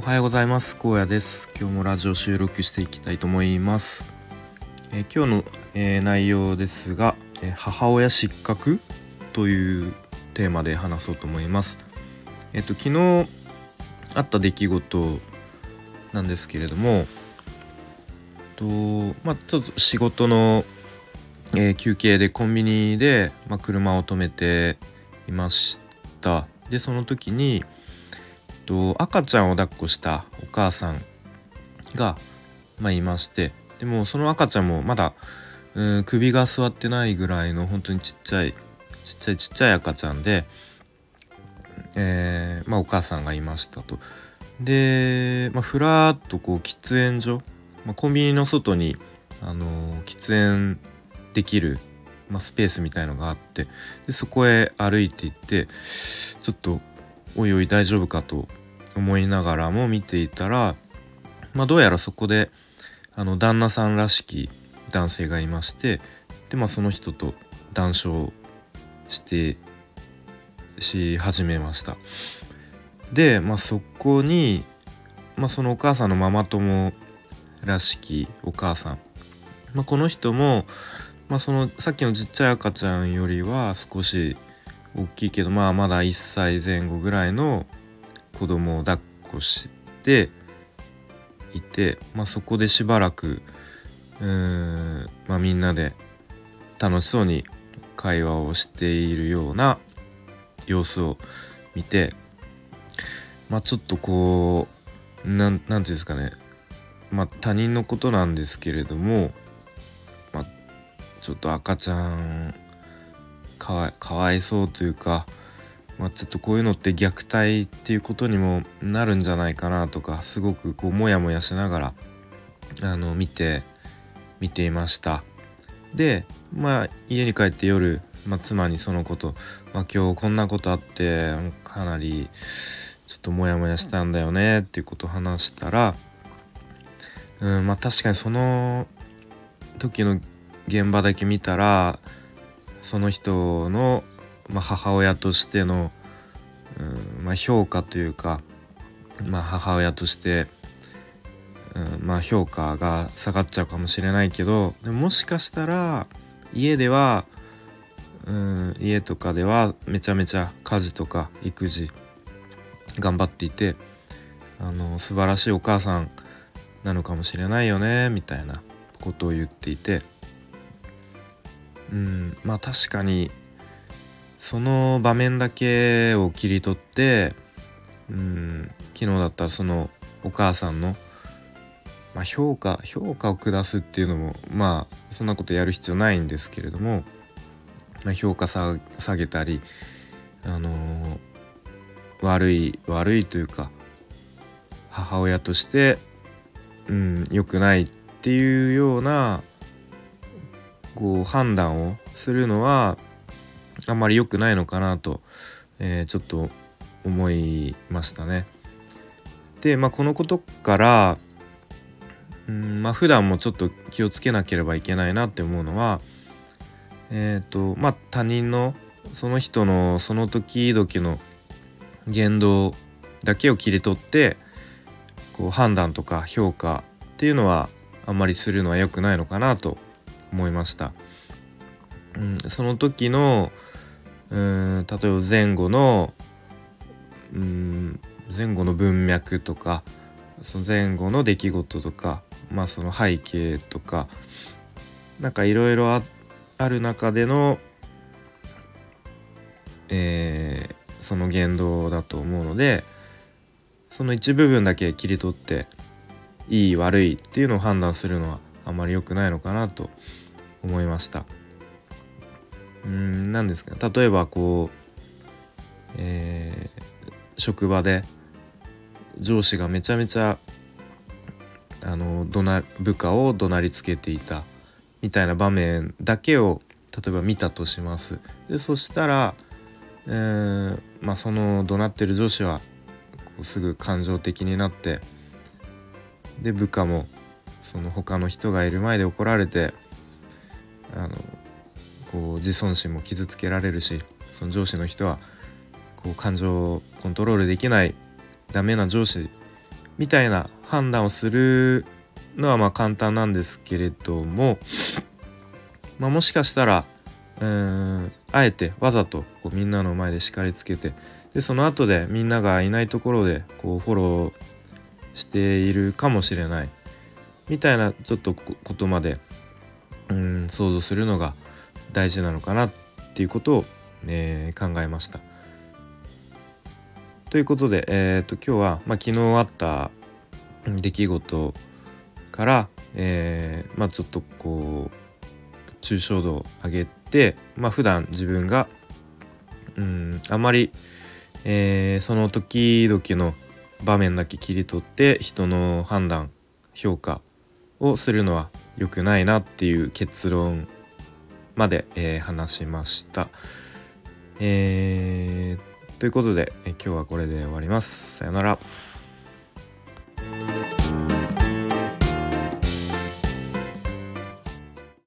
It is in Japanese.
おはようございます。荒野です。今日もラジオ収録していきたいと思います。今日の、内容ですが、母親失格というテーマで話そうと思います。昨日あった出来事なんですけれども、ちょっと仕事の、休憩でコンビニで、車を止めていました。でその時に赤ちゃんを抱っこしたお母さんが、いまして、でもその赤ちゃんもまだ首が座ってないぐらいの本当にちっちゃい赤ちゃんで、お母さんがいましたと。で、ふらっと喫煙所、コンビニの外に、喫煙できる、スペースみたいのがあって、でそこへ歩いていって、ちょっとおいおい大丈夫かと思いながらも見ていたら、どうやらそこで旦那さんらしき男性がいまして、でその人と談笑し始めました。でそこに、そのお母さんのママ友らしきお母さん、この人も、そのさっきのちっちゃい赤ちゃんよりは少し大きいけど、まだ1歳前後ぐらいの子供を抱っこしていて、そこでしばらくみんなで楽しそうに会話をしているような様子を見て、ちょっとなんていうんですかね、他人のことなんですけれども、ちょっと赤ちゃんかわいそうというか、ちょっとこういうのって虐待っていうことにもなるんじゃないかなとか、すごくモヤモヤしながら見ていました。で家に帰って夜、妻にそのこと、今日こんなことあってかなりちょっとモヤモヤしたんだよねっていうことを話したら、確かにその時の現場だけ見たら、その人の、母親としての、評価というか、母親として、評価が下がっちゃうかもしれないけど、でももしかしたら家とかではめちゃめちゃ家事とか育児頑張っていて、素晴らしいお母さんなのかもしれないよねみたいなことを言っていて、確かにその場面だけを切り取って、昨日だったらそのお母さんの、評価を下すっていうのもそんなことやる必要ないんですけれども、評価下げたり、悪いというか母親として良くないっていうような判断をするのはあんまり良くないのかなと、ちょっと思いましたね。でこのことから普段もちょっと気をつけなければいけないなって思うのは、他人のその人のその時々の言動だけを切り取って判断とか評価っていうのはあんまりするのは良くないのかなと思いました。その時の例えば前後の文脈とか、その前後の出来事とか、その背景とかいろいろある中での、その言動だと思うので、その一部分だけ切り取っていい悪いっていうのを判断するのはあまり良くないのかなと思いました。なんですか、例えば職場で上司がめちゃめちゃ部下を怒鳴りつけていたみたいな場面だけを例えば見たとします。でそしたら、その怒鳴ってる上司はすぐ感情的になって、で部下もその他の人がいる前で怒られて自尊心も傷つけられるし、その上司の人は感情をコントロールできないダメな上司みたいな判断をするのは簡単なんですけれども、もしかしたらあえてわざとみんなの前で叱りつけて、でその後でみんながいないところでフォローしているかもしれないみたいなちょっとことまで想像するのが大事なのかなっていうことを、考えました。ということで、今日は、昨日あった出来事から、ちょっと抽象度を上げて、普段自分があまり、その時々の場面だけ切り取って人の判断評価をするのは良くないなっていう結論まで、話しました。ということで、今日はこれで終わります。さよなら。